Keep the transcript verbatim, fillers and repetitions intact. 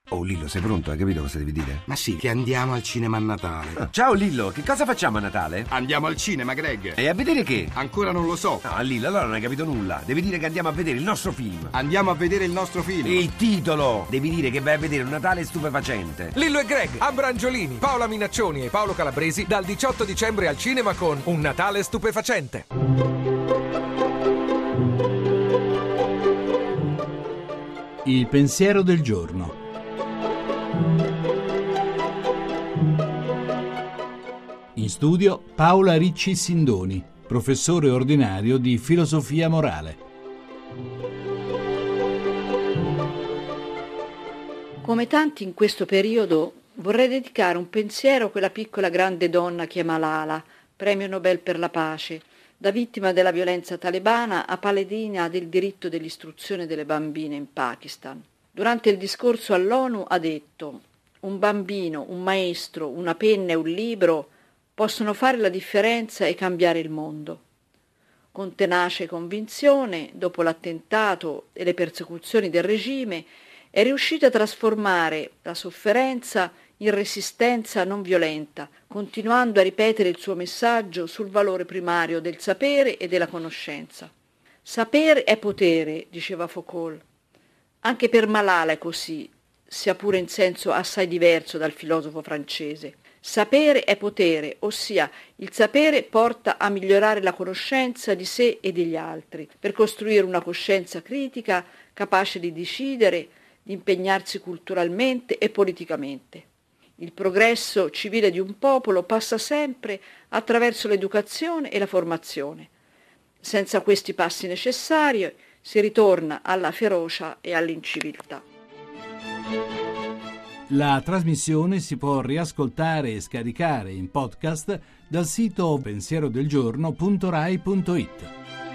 Oh Lillo, sei pronto? Hai capito cosa devi dire? Ma sì, che andiamo al cinema a Natale. Ah, ciao Lillo, che cosa facciamo a Natale? Andiamo al cinema, Greg. E a vedere che? Ancora non lo so. No, Lillo, allora non hai capito nulla. Devi dire che andiamo a vedere il nostro film. Andiamo a vedere il nostro film. Il titolo! Devi dire che vai a vedere un Natale stupefacente. Lillo e Greg, Abrangiolini, Paola Minaccioni e Paolo Calabresi dal diciotto dicembre al cinema con Un Natale stupefacente. Il pensiero del giorno. In studio Paola Ricci Sindoni, professore ordinario di filosofia morale. Come tanti in questo periodo vorrei dedicare un pensiero a quella piccola grande donna che è Malala, premio Nobel per la pace, da vittima della violenza talebana a paladina del diritto dell'istruzione delle bambine in Pakistan. Durante il discorso all'ONU ha detto: un bambino, un maestro, una penna e un libro possono fare la differenza e cambiare il mondo. Con tenace convinzione, dopo l'attentato e le persecuzioni del regime, è riuscita a trasformare la sofferenza in resistenza non violenta, continuando a ripetere il suo messaggio sul valore primario del sapere e della conoscenza. Sapere è potere, diceva Foucault. Anche per Malala è così, sia pure in senso assai diverso dal filosofo francese. Sapere è potere, ossia il sapere porta a migliorare la conoscenza di sé e degli altri, per costruire una coscienza critica capace di decidere, di impegnarsi culturalmente e politicamente. Il progresso civile di un popolo passa sempre attraverso l'educazione e la formazione. Senza questi passi necessari si ritorna alla ferocia e all'inciviltà. La trasmissione si può riascoltare e scaricare in podcast dal sito pensierodelgiorno punto rai punto it.